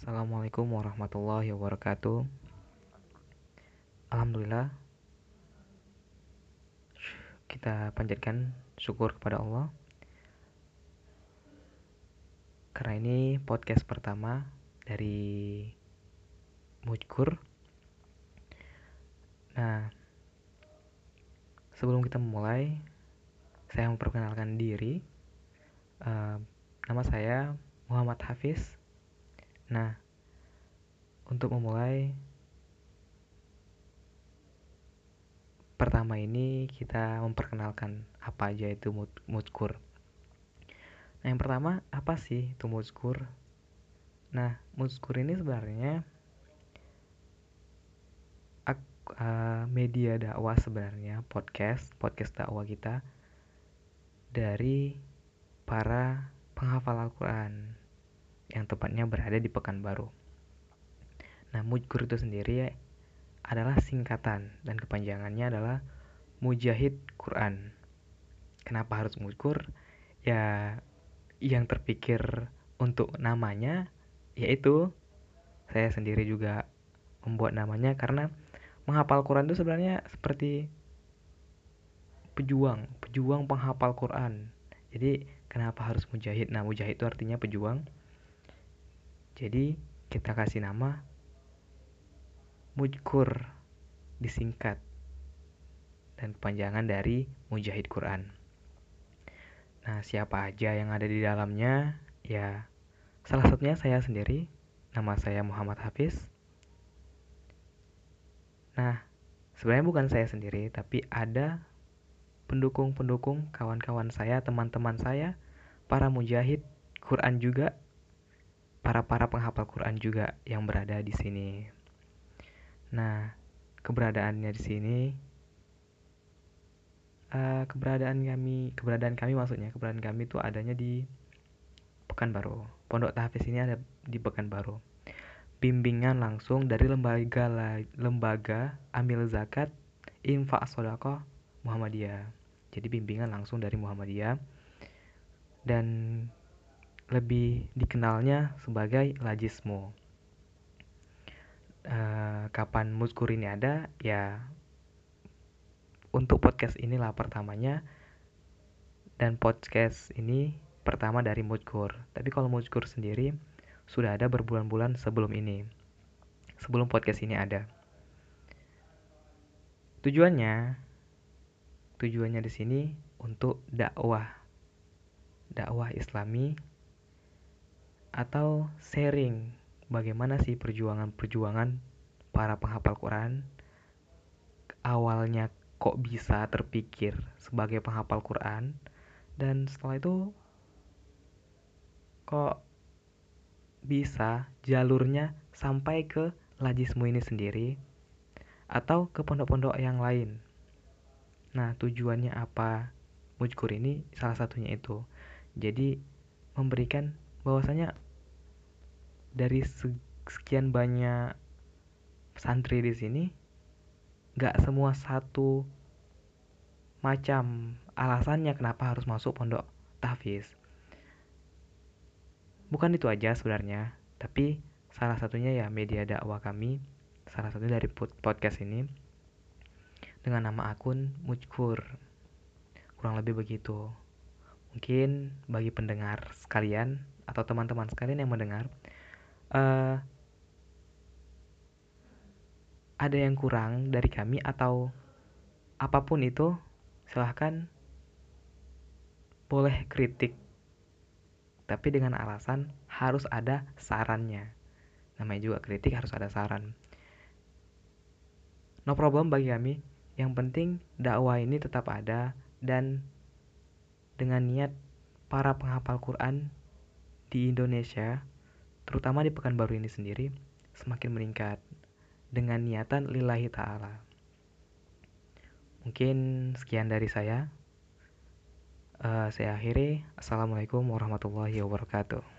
Assalamualaikum warahmatullahi wabarakatuh. Alhamdulillah, kita panjatkan syukur kepada Allah karena ini podcast pertama dari Mujkur. Nah, sebelum kita memulai, saya memperkenalkan diri. Nama saya Muhammad Hafiz. Nah, untuk memulai pertama ini kita memperkenalkan apa aja itu Mujkur. Nah, yang pertama, apa sih itu Mujkur? Nah, Mujkur ini sebenarnya media dakwah sebenarnya, podcast dakwah kita dari para penghafal Al-Quran yang tepatnya berada di Pekanbaru. Nah, Mujkur itu sendiri adalah singkatan dan kepanjangannya adalah Mujahid Quran. Kenapa harus Mujkur? Ya, yang terpikir untuk namanya yaitu saya sendiri juga membuat namanya karena menghafal Quran itu sebenarnya seperti pejuang penghafal Quran. Jadi kenapa harus mujahid? Nah, mujahid itu artinya pejuang. Jadi kita kasih nama Mujkur, disingkat dan kepanjangan dari Mujahid Quran. Nah, siapa aja yang ada di dalamnya? Ya, salah satunya saya sendiri. Nama saya Muhammad Hafiz. Nah, sebenarnya bukan saya sendiri, tapi ada pendukung-pendukung, kawan-kawan saya, teman-teman saya, para mujahid Quran juga, para penghafal Quran juga yang berada di sini. Nah, keberadaannya di sini, keberadaan kami itu adanya di Pekanbaru. Pondok Tahfiz ini ada di Pekanbaru. Bimbingan langsung dari lembaga amil zakat infak sodaqah Muhammadiyah. Jadi bimbingan langsung dari Muhammadiyah dan lebih dikenalnya sebagai Lajismo. Kapan Muzkur ini ada? Ya, untuk podcast inilah pertamanya, dan podcast ini pertama dari Muzkur. Tapi kalau Muzkur sendiri sudah ada berbulan-bulan sebelum ini, sebelum podcast ini ada. Tujuannya di sini untuk dakwah Islami atau sharing bagaimana sih perjuangan para penghafal Quran. Awalnya kok bisa terpikir sebagai penghafal Quran, dan setelah itu kok bisa jalurnya sampai ke Lajismu ini sendiri atau ke pondok-pondok yang lain. Nah, tujuannya apa Mujkur ini? Salah satunya itu. Jadi memberikan bahwasanya dari sekian banyak santri di sini, gak semua satu macam alasannya kenapa harus masuk pondok tahfiz. Bukan itu aja sebenarnya, tapi salah satunya ya media dakwah kami, salah satunya dari podcast ini dengan nama akun Mujkur. Kurang lebih begitu. Mungkin bagi pendengar sekalian atau teman-teman sekalian yang mendengar, ada yang kurang dari kami atau apapun itu, silahkan boleh kritik, tapi dengan alasan harus ada sarannya. Namanya juga kritik, harus ada saran. No problem bagi kami. Yang penting dakwah ini tetap ada, dan dengan niat para penghafal Quran di Indonesia, terutama di Pekanbaru ini sendiri, semakin meningkat dengan niatan lillahi ta'ala. Mungkin sekian dari saya. Saya akhiri. Assalamualaikum warahmatullahi wabarakatuh.